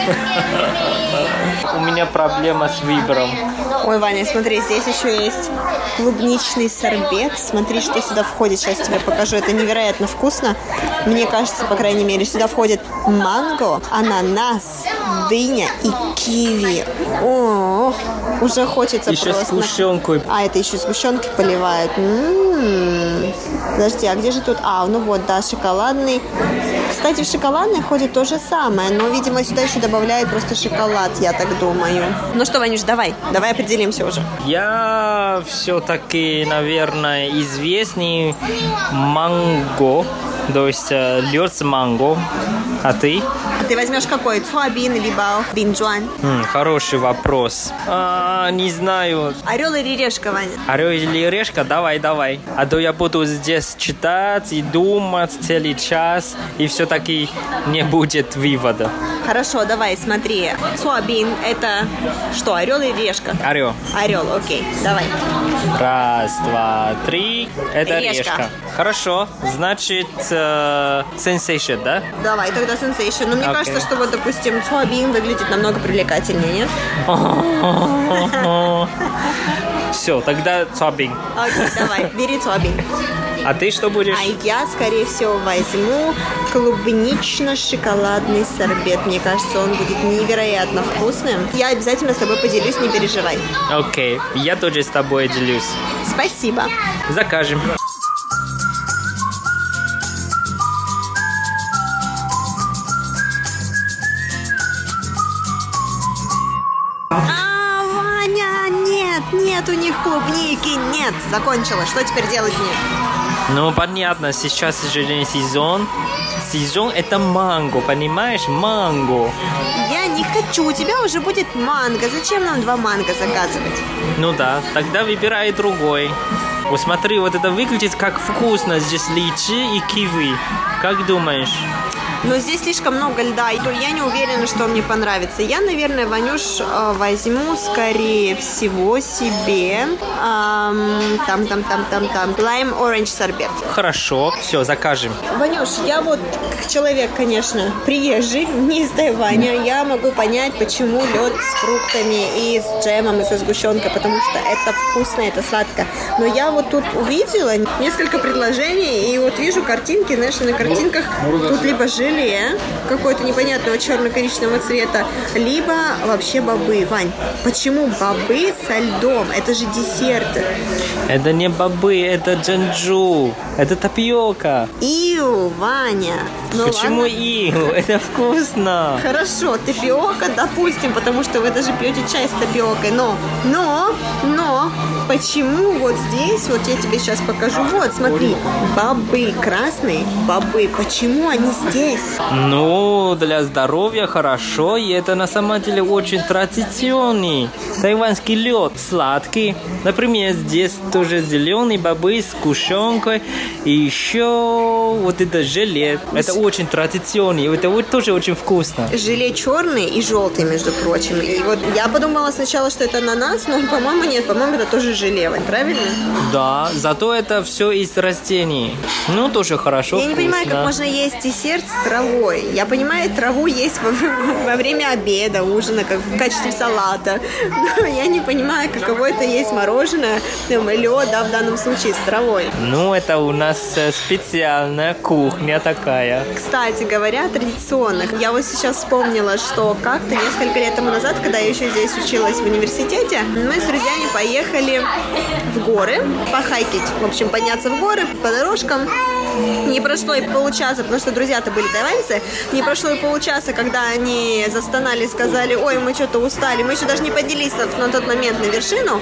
У меня проблема с выбором. Ой, Ваня, смотри, здесь еще есть клубничный сорбет. Смотри, что сюда входит. Сейчас тебе покажу. Это невероятно вкусно. Мне кажется, по крайней мере, сюда входит манго, ананас, дыня и киви. О, уже хочется еще просто. Еще с сгущенкой. А, это еще сгущенки поливают. Подожди, а где же тут? А, ну вот, да, шоколадный. Кстати, в шоколадный входит то же самое, но, видимо, сюда еще добавляют просто шоколад, я так думаю. Ну что, Ванюш, давай определимся уже. Я все-таки, наверное, известный манго, то есть лед с манго. А ты? А ты возьмешь какой? Цуабин либо бинджуан? Хороший вопрос. Не знаю. Орел или решка, Ваня? Орел или решка? Давай. А то я буду здесь читать и думать целый час, и все-таки не будет вывода. Хорошо, давай, смотри. Цуабин – это что, орел или решка? Орел. Орел, окей, давай. 1, 2, 3. Это решка. Хорошо, значит, sensation, да? Давай, тогда sensation. Но мне кажется, что вот, допустим, цуабин выглядит намного привлекательнее, нет? Все, тогда цуабин. Окей, давай, бери цуабин. А ты что будешь? А я, скорее всего, возьму клубнично-шоколадный сорбет. Мне кажется, он будет невероятно вкусным. Я обязательно с тобой поделюсь, не переживай. Окей, я тоже с тобой делюсь. Спасибо. Закажем. Ваня, нет, у них клубники нет. Закончилось. Что теперь делать мне? Ну, понятно, сейчас же не сезон. Сезон – это манго, понимаешь? Манго. Я не хочу, у тебя уже будет манго. Зачем нам 2 манго заказывать? Ну да, тогда выбирай другой. Вот смотри, вот это выглядит как вкусно. Здесь личи и киви. Как думаешь? Но здесь слишком много льда, и то я не уверена, что мне понравится. Я, наверное, Ванюш, возьму, скорее всего, себе лайм оранж сорбет. Хорошо, все, закажем. Ванюш, я вот человек, конечно, приезжий, не из Тайваня. Я могу понять, почему лед с фруктами и с джемом, и со сгущенкой, потому что это вкусно, это сладко. Но я вот тут увидела несколько предложений, и вот вижу картинки, знаешь, на картинках тут либо желе какой-то непонятного черно-коричневого цвета, либо вообще бобы. Вань, почему бобы со льдом? Это же десерт. Это не бобы, это джанджу. Это тапиока. Иу, Ваня. Ну, почему ладно. иу? Это вкусно. Хорошо, тапиока, допустим, потому что вы даже пьете чай с тапиокой. Но, почему вот здесь, вот я тебе сейчас покажу, вот, смотри, бобы красные, бобы, почему они здесь? Ну, для здоровья хорошо, и это на самом деле очень традиционный тайваньский лед, сладкий. Например, здесь тоже зеленые бобы с сгущенкой, и еще вот это желе. Это очень традиционный, это вот тоже очень вкусно. Желе черный и желтый, между прочим. И вот я подумала сначала, что это ананас, но, по-моему, нет. По-моему, это тоже желе, правильно? Да, зато это все из растений. Ну, тоже хорошо, Я не понимаю, как можно есть десерт с травой. Я понимаю, траву есть во время обеда, ужина, как в качестве салата. Но я не понимаю, каково это есть мороженое, лед, да, в данном случае, с травой. Ну, это у нас специальная кухня такая. Кстати говоря, традиционно. Я вот сейчас вспомнила, что как-то несколько лет тому назад, когда я еще здесь училась в университете, мы с друзьями поехали в горы похайкить. В общем, подняться в горы по дорожкам. Не прошло и получаса, потому что друзья-то были тайваньцы, не прошло и получаса, когда они застонали и сказали: ой, мы что-то устали, мы еще даже не поднялись на тот момент на вершину.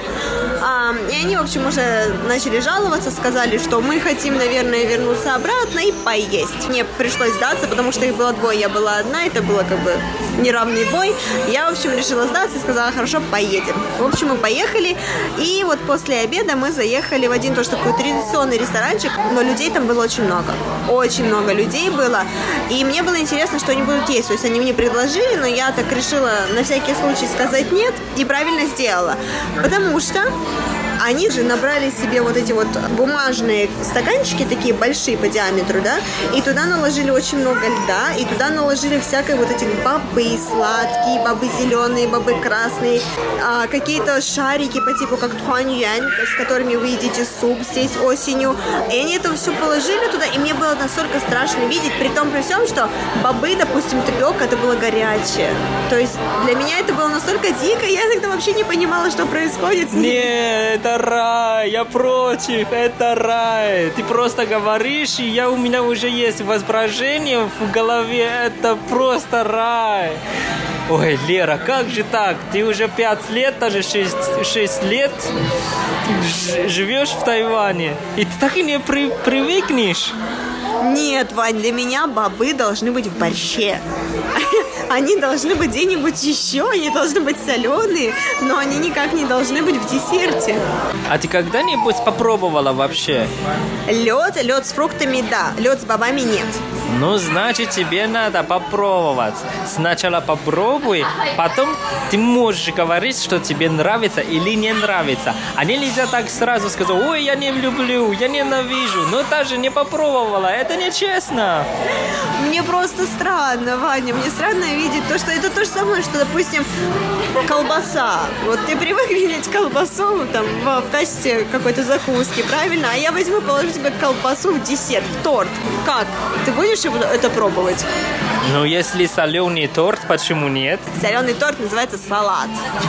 И они, в общем, уже начали жаловаться, сказали, что мы хотим, наверное, вернуться обратно и поесть. Мне пришлось сдаться, потому что их было двое, я была одна, это было как бы неравный бой. Я, в общем, решила сдаться и сказала: хорошо, поедем. В общем, мы поехали, и вот после обеда мы заехали в один тоже такой традиционный ресторанчик, но людей там было очень много. Очень много людей было. И мне было интересно, что они будут есть. То есть они мне предложили, но я так решила на всякий случай сказать нет. И правильно сделала. Потому что они же набрали себе вот эти вот бумажные стаканчики, такие большие по диаметру, да, и туда наложили очень много льда, и туда наложили всякой вот эти бобы сладкие, бобы зеленые, бобы красные, какие-то шарики по типу как туаньюань, с которыми вы едите суп здесь осенью. И они это все положили туда, и мне было настолько страшно видеть, при том, при всем, что бобы, допустим, тапиока, это было горячее. То есть для меня это было настолько дико, я иногда вообще не понимала, что происходит с ним. Нет, это рай, я против, это рай. Ты просто говоришь, и у меня уже есть воображение в голове, это просто рай. Ой, Лера, как же так? Ты уже 5 лет, даже 6 лет живешь в Тайване, и ты так и не привыкнешь. Нет, Вань, для меня бобы должны быть в борще. Они должны быть где-нибудь еще, они должны быть соленые, но они никак не должны быть в десерте. А ты когда-нибудь попробовала вообще? Лед с фруктами, да. Лед с бобами нет. Ну, значит, тебе надо попробовать. Сначала попробуй, потом ты можешь говорить, что тебе нравится или не нравится. А нельзя так сразу сказать: ой, я не люблю, я ненавижу. Но даже не попробовала, это нечестно. Мне просто странно, Ваня, мне странно видеть то, что это то же самое, что, допустим, колбаса. Вот ты привык видеть колбасу там в качестве какой-то закуски, правильно? А я возьму и положу тебе колбасу в десерт, в торт. Как? Ты будешь это пробовать? Ну, если соленый торт, почему нет? Соленый торт называется салат.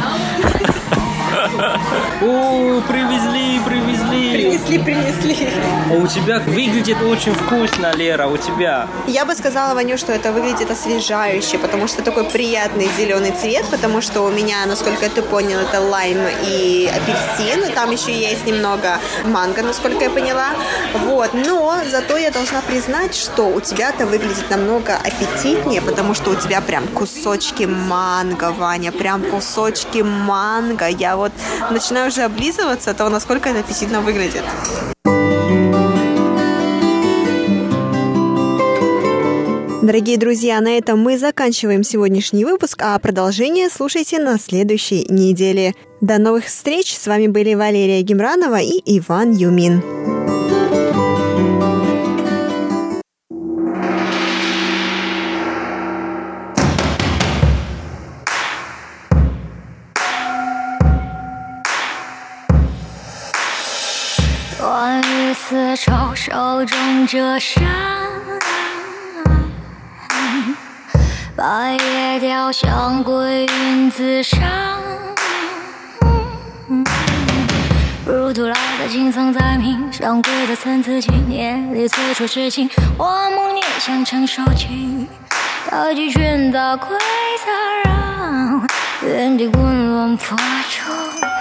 О, привезли. Принесли. А у тебя выглядит очень вкусно, Лера, у тебя. Я бы сказала, Ваню, что это выглядит освежающе, потому что такой приятный зеленый цвет, потому что у меня, насколько ты понял, это лайм и апельсин, и там еще есть немного манго, насколько я поняла. Вот, но зато я должна признать, что у тебя-то выглядит намного аппетитнее, потому что у тебя прям кусочки манго, Ваня, прям кусочки манго. Я вот начинаю уже облизываться от того, насколько это аппетитно выглядит. Дорогие друзья, на этом мы заканчиваем сегодняшний выпуск, а продолжение слушайте на следующей неделе. До новых встреч! С вами были Валерия Гемранова и Иван Юмин. 似丑手中折扇，白叶雕像归云自上，如徒劳的金苍在命上跪的参差纪念里催促痴情，我梦念想承受起大击拳打溃zarang，原地滚轮破出